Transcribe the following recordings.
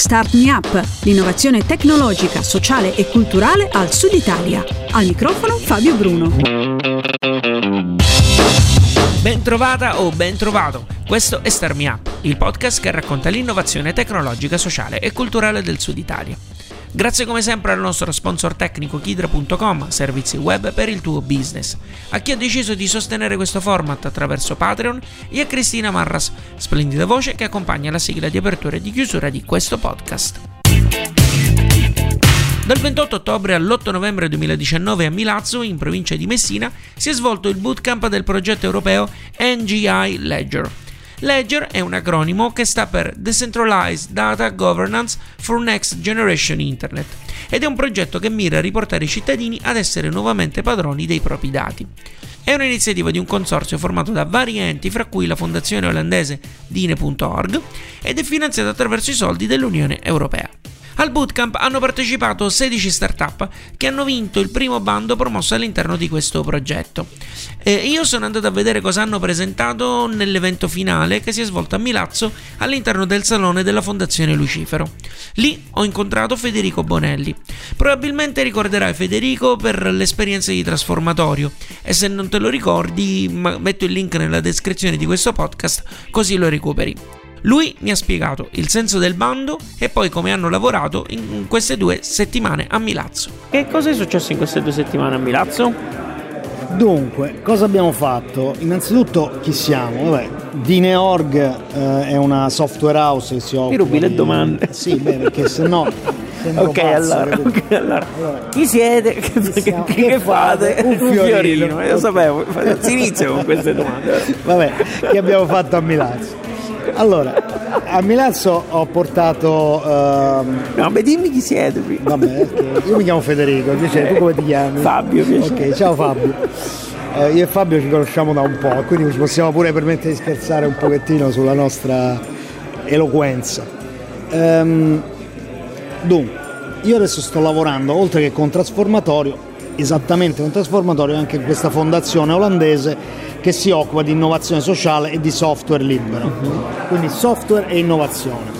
Start Me Up, l'innovazione tecnologica, sociale e culturale al Sud Italia. Al microfono Fabio Bruno. Ben trovata o ben trovato, questo è Start Me Up, il podcast che racconta l'innovazione tecnologica, sociale e culturale del Sud Italia. Grazie come sempre al nostro sponsor tecnico Kidra.com, servizi web per il tuo business, a chi ha deciso di sostenere questo format attraverso Patreon e a Cristina Marras, splendida voce che accompagna la sigla di apertura e di chiusura di questo podcast. Dal 28 ottobre all'8 novembre 2019 a Milazzo, in provincia di Messina, si è svolto il bootcamp del progetto europeo NGI Ledger. Ledger è un acronimo che sta per Decentralized Data Governance for Next Generation Internet ed è un progetto che mira a riportare i cittadini ad essere nuovamente padroni dei propri dati. È un'iniziativa di un consorzio formato da vari enti, fra cui la fondazione olandese Dine.org, ed è finanziato attraverso i soldi dell'Unione Europea. Al bootcamp hanno partecipato 16 startup che hanno vinto il primo bando promosso all'interno di questo progetto. Io sono andato a vedere cosa hanno presentato nell'evento finale che si è svolto a Milazzo all'interno del salone della Fondazione Lucifero. Lì ho incontrato Federico Bonelli. Probabilmente ricorderai Federico per l'esperienza di Trasformatorio e se non te lo ricordi metto il link nella descrizione di questo podcast così lo recuperi. Lui mi ha spiegato il senso del bando e poi come hanno lavorato in queste 2 settimane a Milazzo. Che cosa è successo in queste 2 settimane a Milazzo? Dunque, cosa abbiamo fatto? Innanzitutto chi siamo? Dine.org è una software house che si occupa. Mi rubi le domande. Sì, perché sennò Ok, allora. Chi siete? Che fate? Un fiorino. Io sapevo, si inizia con queste domande. Vabbè, che abbiamo fatto a Milazzo? Allora, a Milazzo ho portato... No, dimmi chi siete. Vabbè, io mi chiamo Federico, tu come ti chiami? Fabio. Ok, ciao Fabio. Io e Fabio ci conosciamo da un po', quindi ci possiamo pure permettere di scherzare un pochettino sulla nostra eloquenza. Dunque, io adesso sto lavorando, oltre che con Trasformatorio, esattamente con Trasformatorio, anche in questa fondazione olandese che si occupa di innovazione sociale e di software libero, quindi software e innovazione.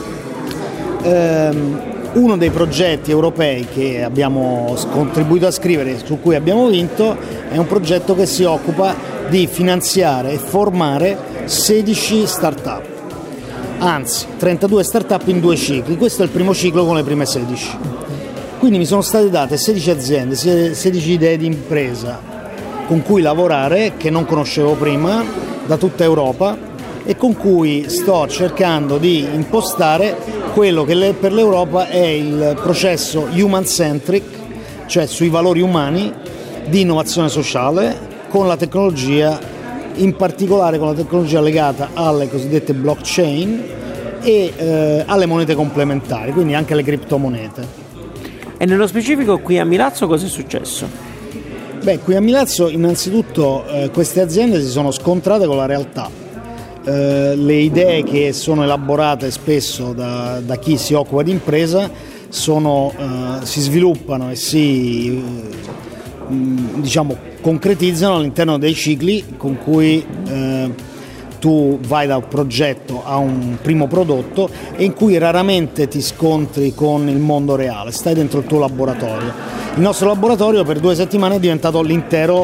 Uno dei progetti europei che abbiamo contribuito a scrivere, su cui abbiamo vinto, è un progetto che si occupa di finanziare e formare 16 start-up, anzi 32 start-up in 2 cicli. Questo è il primo ciclo con le prime 16. Quindi mi sono state date 16 aziende, 16 idee di impresa con cui lavorare, che non conoscevo prima, da tutta Europa, e con cui sto cercando di impostare quello che per l'Europa è il processo human-centric, cioè sui valori umani, di innovazione sociale, con la tecnologia, in particolare con la tecnologia legata alle cosiddette blockchain e alle monete complementari, quindi anche alle criptomonete. E nello specifico qui a Milazzo cosa è successo? Qui a Milazzo innanzitutto queste aziende si sono scontrate con la realtà. Le idee che sono elaborate spesso da chi si occupa di impresa si sviluppano e si concretizzano all'interno dei cicli con cui tu vai da un progetto a un primo prodotto e in cui raramente ti scontri con il mondo reale, stai dentro il tuo laboratorio. Il nostro laboratorio per 2 settimane è diventato l'intero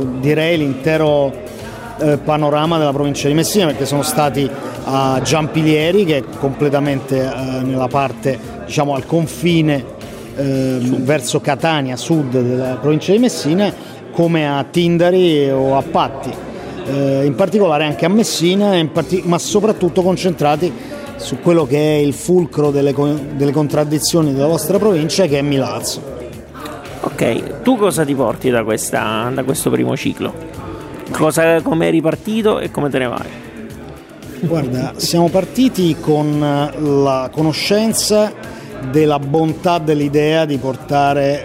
panorama della provincia di Messina, perché sono stati a Giampilieri, che è completamente nella parte, al confine verso Catania, sud della provincia di Messina, come a Tindari o a Patti. In particolare anche a Messina, ma soprattutto concentrati su quello che è il fulcro delle contraddizioni della vostra provincia, che è Milazzo. Ok, tu cosa ti porti da questo primo ciclo? Come è ripartito e come te ne vai? Guarda, siamo partiti con la conoscenza della bontà dell'idea di portare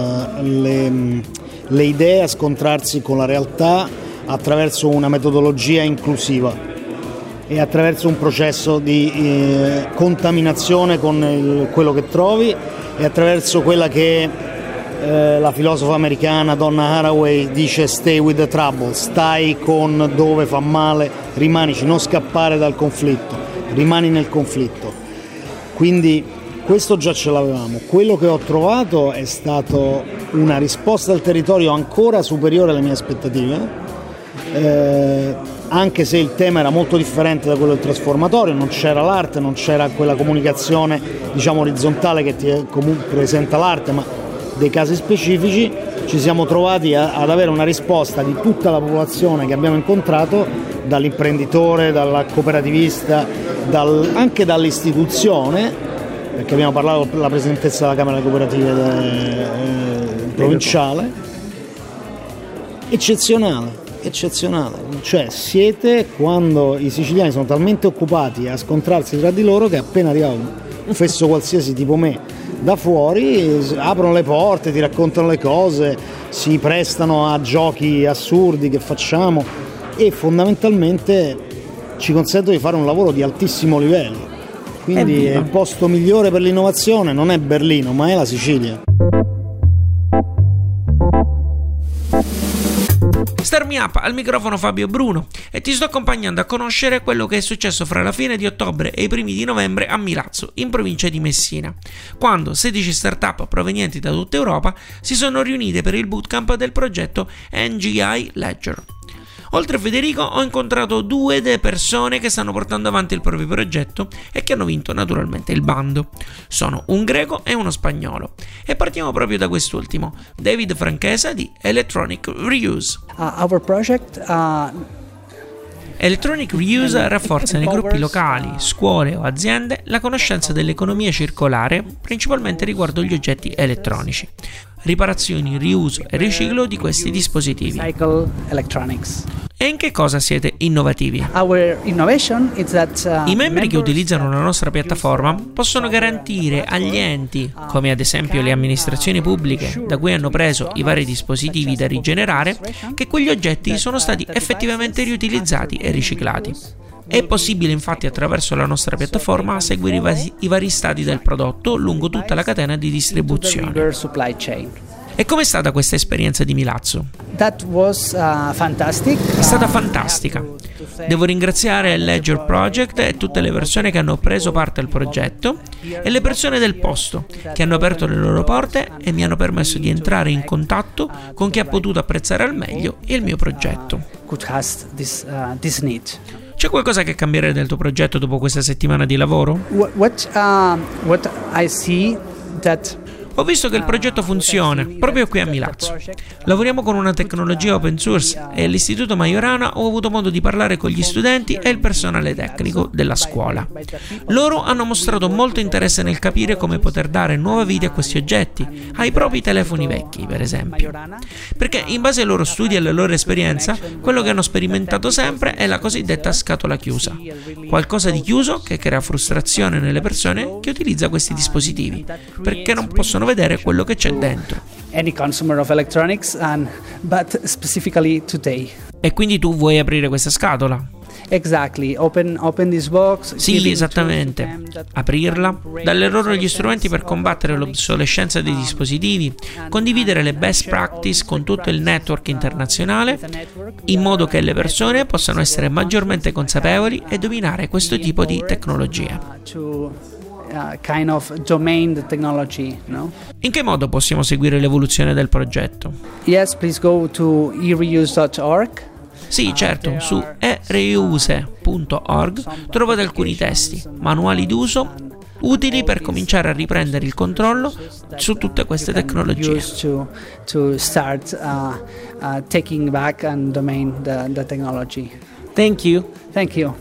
le idee a scontrarsi con la realtà attraverso una metodologia inclusiva e attraverso un processo di contaminazione con quello che trovi e attraverso quella che la filosofa americana Donna Haraway dice: stay with the trouble, stai con dove fa male, rimanici, non scappare dal conflitto, rimani nel conflitto. Quindi Questo già ce l'avevamo. Quello che ho trovato è stato una risposta al territorio ancora superiore alle mie aspettative, anche se il tema era molto differente da quello del trasformatorio, non c'era l'arte, non c'era quella comunicazione diciamo orizzontale che ti presenta l'arte, ma dei casi specifici. Ci siamo trovati ad avere una risposta di tutta la popolazione che abbiamo incontrato, dall'imprenditore, dal cooperativista, anche dall'istituzione, perché abbiamo parlato con la presidentessa della Camera delle Cooperative provinciale. Eccezionale, cioè siete, quando i siciliani sono talmente occupati a scontrarsi tra di loro, che appena arriva un fesso qualsiasi tipo me da fuori, aprono le porte, ti raccontano le cose, si prestano a giochi assurdi che facciamo e fondamentalmente ci consentono di fare un lavoro di altissimo livello. Quindi il posto migliore per l'innovazione non è Berlino, ma è la Sicilia. Start Me Up, al microfono Fabio Bruno, e ti sto accompagnando a conoscere quello che è successo fra la fine di ottobre e i primi di novembre a Milazzo, in provincia di Messina, quando 16 start-up provenienti da tutta Europa si sono riunite per il bootcamp del progetto NGI Ledger. Oltre a Federico ho incontrato due delle persone che stanno portando avanti il proprio progetto e che hanno vinto naturalmente il bando. Sono un greco e uno spagnolo. E partiamo proprio da quest'ultimo, David Franchesa di Electronic Reuse. Our project Electronic Reuse rafforza nei gruppi locali, scuole o aziende la conoscenza dell'economia circolare, principalmente riguardo gli oggetti elettronici, riparazioni, riuso e riciclo di questi dispositivi. E in che cosa siete innovativi? I membri che utilizzano la nostra piattaforma possono garantire agli enti, come ad esempio le amministrazioni pubbliche da cui hanno preso i vari dispositivi da rigenerare, che quegli oggetti sono stati effettivamente riutilizzati e riciclati. È possibile infatti attraverso la nostra piattaforma seguire i vari stadi del prodotto lungo tutta la catena di distribuzione. E com'è stata questa esperienza di Milazzo? È stata fantastica. Devo ringraziare il Ledger Project e tutte le persone che hanno preso parte al progetto e le persone del posto che hanno aperto le loro porte e mi hanno permesso di entrare in contatto con chi ha potuto apprezzare al meglio il mio progetto. C'è qualcosa che cambierà nel tuo progetto dopo questa settimana di lavoro? Ho visto che il progetto funziona proprio qui a Milazzo. Lavoriamo con una tecnologia open source e all'Istituto Majorana ho avuto modo di parlare con gli studenti e il personale tecnico della scuola. Loro hanno mostrato molto interesse nel capire come poter dare nuova vita a questi oggetti, ai propri telefoni vecchi, per esempio. Perché in base ai loro studi e alla loro esperienza, quello che hanno sperimentato sempre è la cosiddetta scatola chiusa. Qualcosa di chiuso che crea frustrazione nelle persone che utilizzano questi dispositivi, perché non possono vedere quello che c'è dentro. Any consumer of electronics, but specifically today. E quindi tu vuoi aprire questa scatola? Exactly. Open this box. Sì, esattamente. Aprirla, dare loro gli strumenti per combattere l'obsolescenza dei dispositivi, condividere le best practice con tutto il network internazionale, in modo che le persone possano essere maggiormente consapevoli e dominare questo tipo di tecnologia. Kind of domain technology, no? In che modo possiamo seguire l'evoluzione del progetto? Yes, please go to ereuse.org. Sì, certo, su ereuse.org trovate alcuni testi, manuali d'uso utili per cominciare a riprendere il controllo su tutte queste tecnologie. To start taking back and domain the technology. Thank you. Thank you.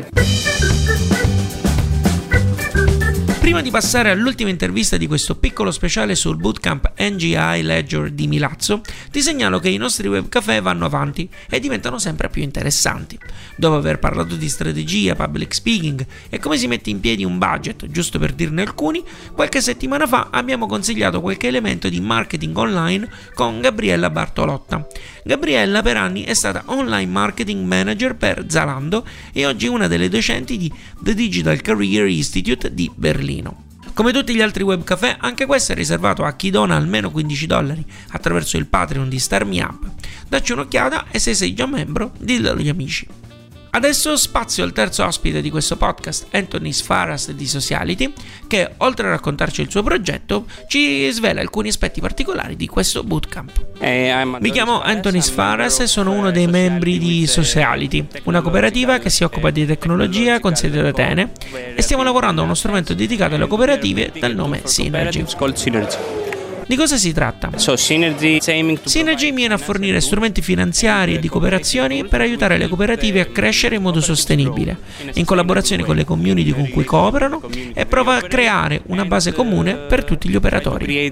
Prima di passare all'ultima intervista di questo piccolo speciale sul bootcamp NGI Ledger di Milazzo, ti segnalo che i nostri webcafé vanno avanti e diventano sempre più interessanti. Dopo aver parlato di strategia, public speaking e come si mette in piedi un budget, giusto per dirne alcuni, qualche settimana fa abbiamo consigliato qualche elemento di marketing online con Gabriella Bartolotta. Gabriella per anni è stata online marketing manager per Zalando e oggi è una delle docenti di The Digital Career Institute di Berlino. Come tutti gli altri webcafé, anche questo è riservato a chi dona almeno $15 attraverso il Patreon di Start Me Up. Dacci un'occhiata e se sei già membro, dillo agli amici. Adesso spazio al terzo ospite di questo podcast, Anthony Sfaras di Sociality, che oltre a raccontarci il suo progetto ci svela alcuni aspetti particolari di questo bootcamp. Mi chiamo Anthony Sfaras e sono uno dei membri di Sociality, una cooperativa che si occupa di tecnologia con sede ad Atene, e stiamo lavorando a uno strumento dedicato alle cooperative dal nome Synergy. Di cosa si tratta? Synergy viene a fornire strumenti finanziari e di cooperazioni per aiutare le cooperative a crescere in modo sostenibile, in collaborazione con le community con cui cooperano, e prova a creare una base comune per tutti gli operatori.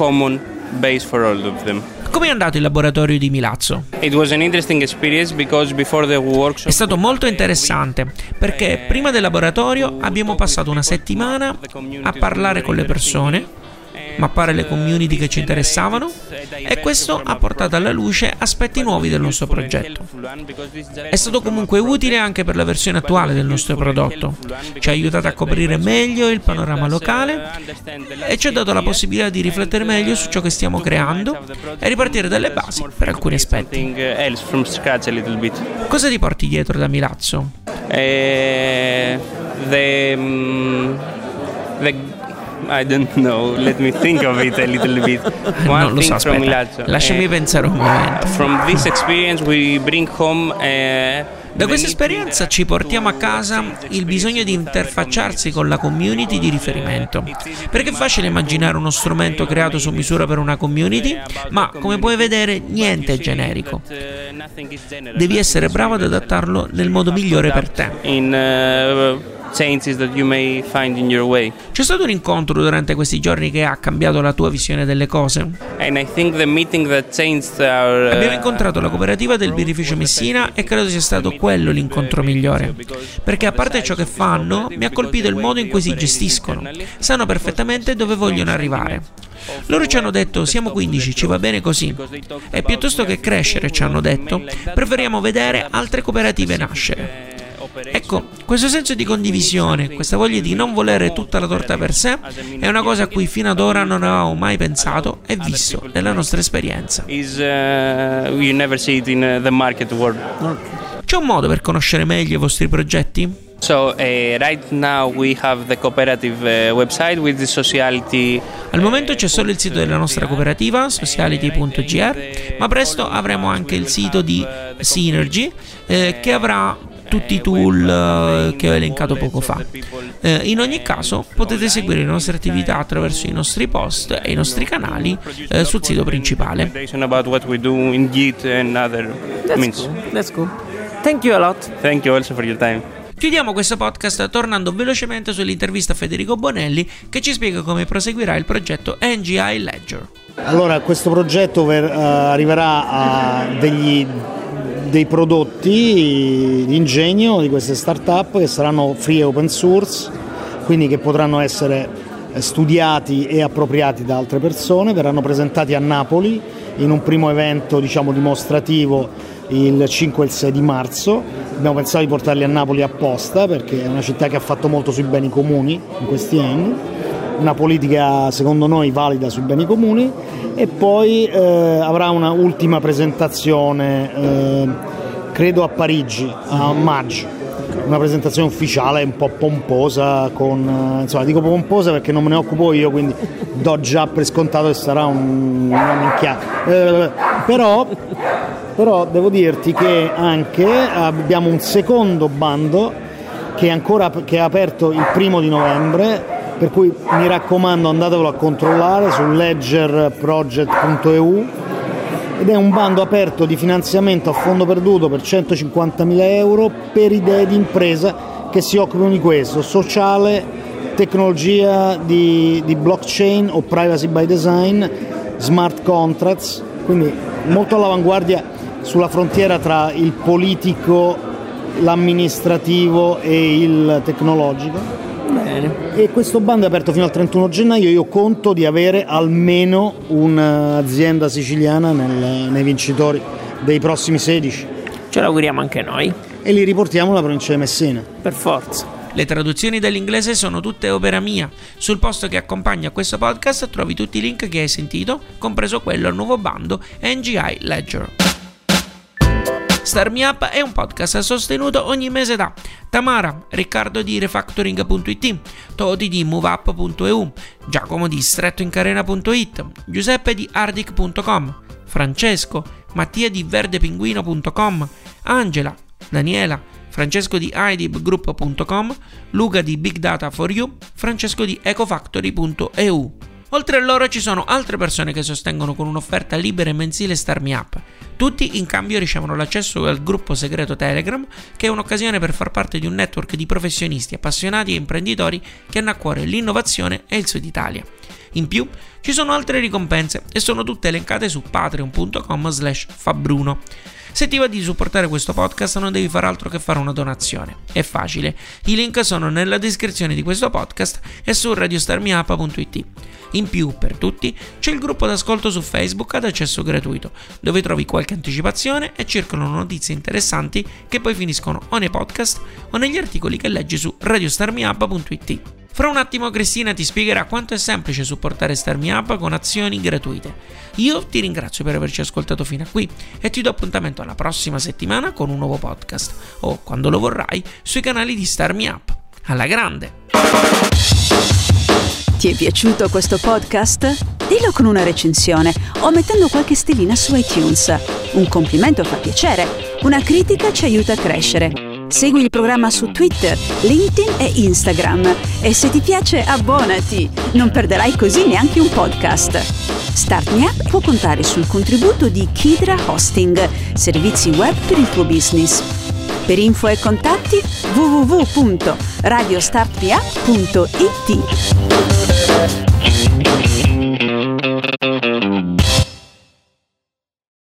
Come è andato il laboratorio di Milazzo? È stato molto interessante perché prima del laboratorio abbiamo passato una settimana a parlare con le persone, mappare le community che ci interessavano, e questo ha portato alla luce aspetti nuovi del nostro progetto. È stato comunque utile anche per la versione attuale del nostro prodotto, ci ha aiutato a coprire meglio il panorama locale e ci ha dato la possibilità di riflettere meglio su ciò che stiamo creando e ripartire dalle basi per alcuni aspetti. Cosa ti porti dietro da Milazzo? I don't know, let me think of it a little bit. Non lo so, aspetta, lasciami pensare un momento. From this experience we bring home da questa esperienza ci portiamo a casa il bisogno di interfacciarsi con la community di riferimento, perché è facile immaginare uno strumento creato su misura per una community, ma come puoi vedere niente è generico. Devi essere bravo ad adattarlo nel modo migliore per te. Changes that you may find in your way. C'è stato un incontro durante questi giorni che ha cambiato la tua visione delle cose? And I think the meeting that changed our, Abbiamo incontrato la cooperativa del birrificio Messina e credo sia stato quello l'incontro migliore, perché a parte ciò che fanno mi ha colpito il modo in cui si gestiscono, sanno perfettamente dove vogliono arrivare. Loro ci hanno detto siamo 15, ci va bene così, e piuttosto che crescere, ci hanno detto, preferiamo vedere altre cooperative nascere. Ecco, questo senso di condivisione, questa voglia di non volere tutta la torta per sé, è una cosa a cui fino ad ora non avevamo mai pensato e visto nella nostra esperienza. You never see it in the market world. C'è un modo per conoscere meglio i vostri progetti? So right now we have the cooperative website with the Sociality. Al momento c'è solo il sito della nostra cooperativa, sociality.gr, ma presto avremo anche il sito di Synergy che avrà tutti i tool che ho elencato poco fa. In ogni caso potete seguire le nostre attività attraverso i nostri post e i nostri canali sul sito principale. That's cool. Thank you a lot. Thank you also for your time. Chiudiamo questo podcast tornando velocemente sull'intervista a Federico Bonelli, che ci spiega come proseguirà il progetto NGI Ledger. Allora, questo progetto arriverà a dei prodotti di ingegno di queste start-up che saranno free e open source, quindi che potranno essere studiati e appropriati da altre persone. Verranno presentati a Napoli in un primo evento, diciamo, dimostrativo il 5 e il 6 di marzo. Abbiamo pensato di portarli a Napoli apposta perché è una città che ha fatto molto sui beni comuni in questi anni, una politica secondo noi valida sui beni comuni, e poi avrà una ultima presentazione credo a Parigi a maggio, una presentazione ufficiale un po' pomposa, insomma dico pomposa perché non me ne occupo io, quindi do già per scontato che sarà una minchiata, però devo dirti che anche abbiamo un secondo bando che è aperto il 1 di novembre, per cui mi raccomando andatevelo a controllare su ledgerproject.eu, ed è un bando aperto di finanziamento a fondo perduto per 150.000 euro per idee di impresa che si occupano di questo: sociale, tecnologia di blockchain o privacy by design, smart contracts, quindi molto all'avanguardia sulla frontiera tra il politico, l'amministrativo e il tecnologico. Bene. E questo bando è aperto fino al 31 gennaio. Io conto di avere almeno un'azienda siciliana nei vincitori dei prossimi 16. Ce l'auguriamo anche noi. E li riportiamo alla provincia di Messina. Per forza. Le traduzioni dall'inglese sono tutte opera mia. Sul post che accompagna questo podcast trovi tutti i link che hai sentito, compreso quello al nuovo bando NGI Ledger. Start Me Up è un podcast sostenuto ogni mese da Tamara, Riccardo di Refactoring.it, Toti di MoveUp.eu, Giacomo di StrettoInCarena.it, Giuseppe di Ardic.com, Francesco, Mattia di verdepinguino.com, Angela, Daniela, Francesco di idibgroup.com, Luca di Big Data for You, Francesco di ecofactory.eu. Oltre a loro ci sono altre persone che sostengono con un'offerta libera e mensile Start Me Up. Tutti in cambio ricevono l'accesso al gruppo segreto Telegram, che è un'occasione per far parte di un network di professionisti, appassionati e imprenditori che hanno a cuore l'innovazione e il Sud Italia. In più ci sono altre ricompense e sono tutte elencate su patreon.com/Fabbruno. Se ti va di supportare questo podcast non devi fare altro che fare una donazione. È facile, i link sono nella descrizione di questo podcast e su radiostarmiup.it. In più, per tutti, c'è il gruppo d'ascolto su Facebook ad accesso gratuito, dove trovi qualche anticipazione e circolano notizie interessanti che poi finiscono o nei podcast o negli articoli che leggi su radiostarmiup.it. Fra un attimo Cristina ti spiegherà quanto è semplice supportare Start Me Up con azioni gratuite. Io ti ringrazio per averci ascoltato fino a qui e ti do appuntamento alla prossima settimana con un nuovo podcast o, quando lo vorrai, sui canali di Start Me Up. Alla grande! Ti è piaciuto questo podcast? Dillo con una recensione o mettendo qualche stellina su iTunes. Un complimento fa piacere, una critica ci aiuta a crescere. Segui il programma su Twitter, LinkedIn e Instagram e se ti piace abbonati, non perderai così neanche un podcast. Start Me Up può contare sul contributo di Kidra Hosting, servizi web per il tuo business. Per info e contatti www.radiostartmeup.it.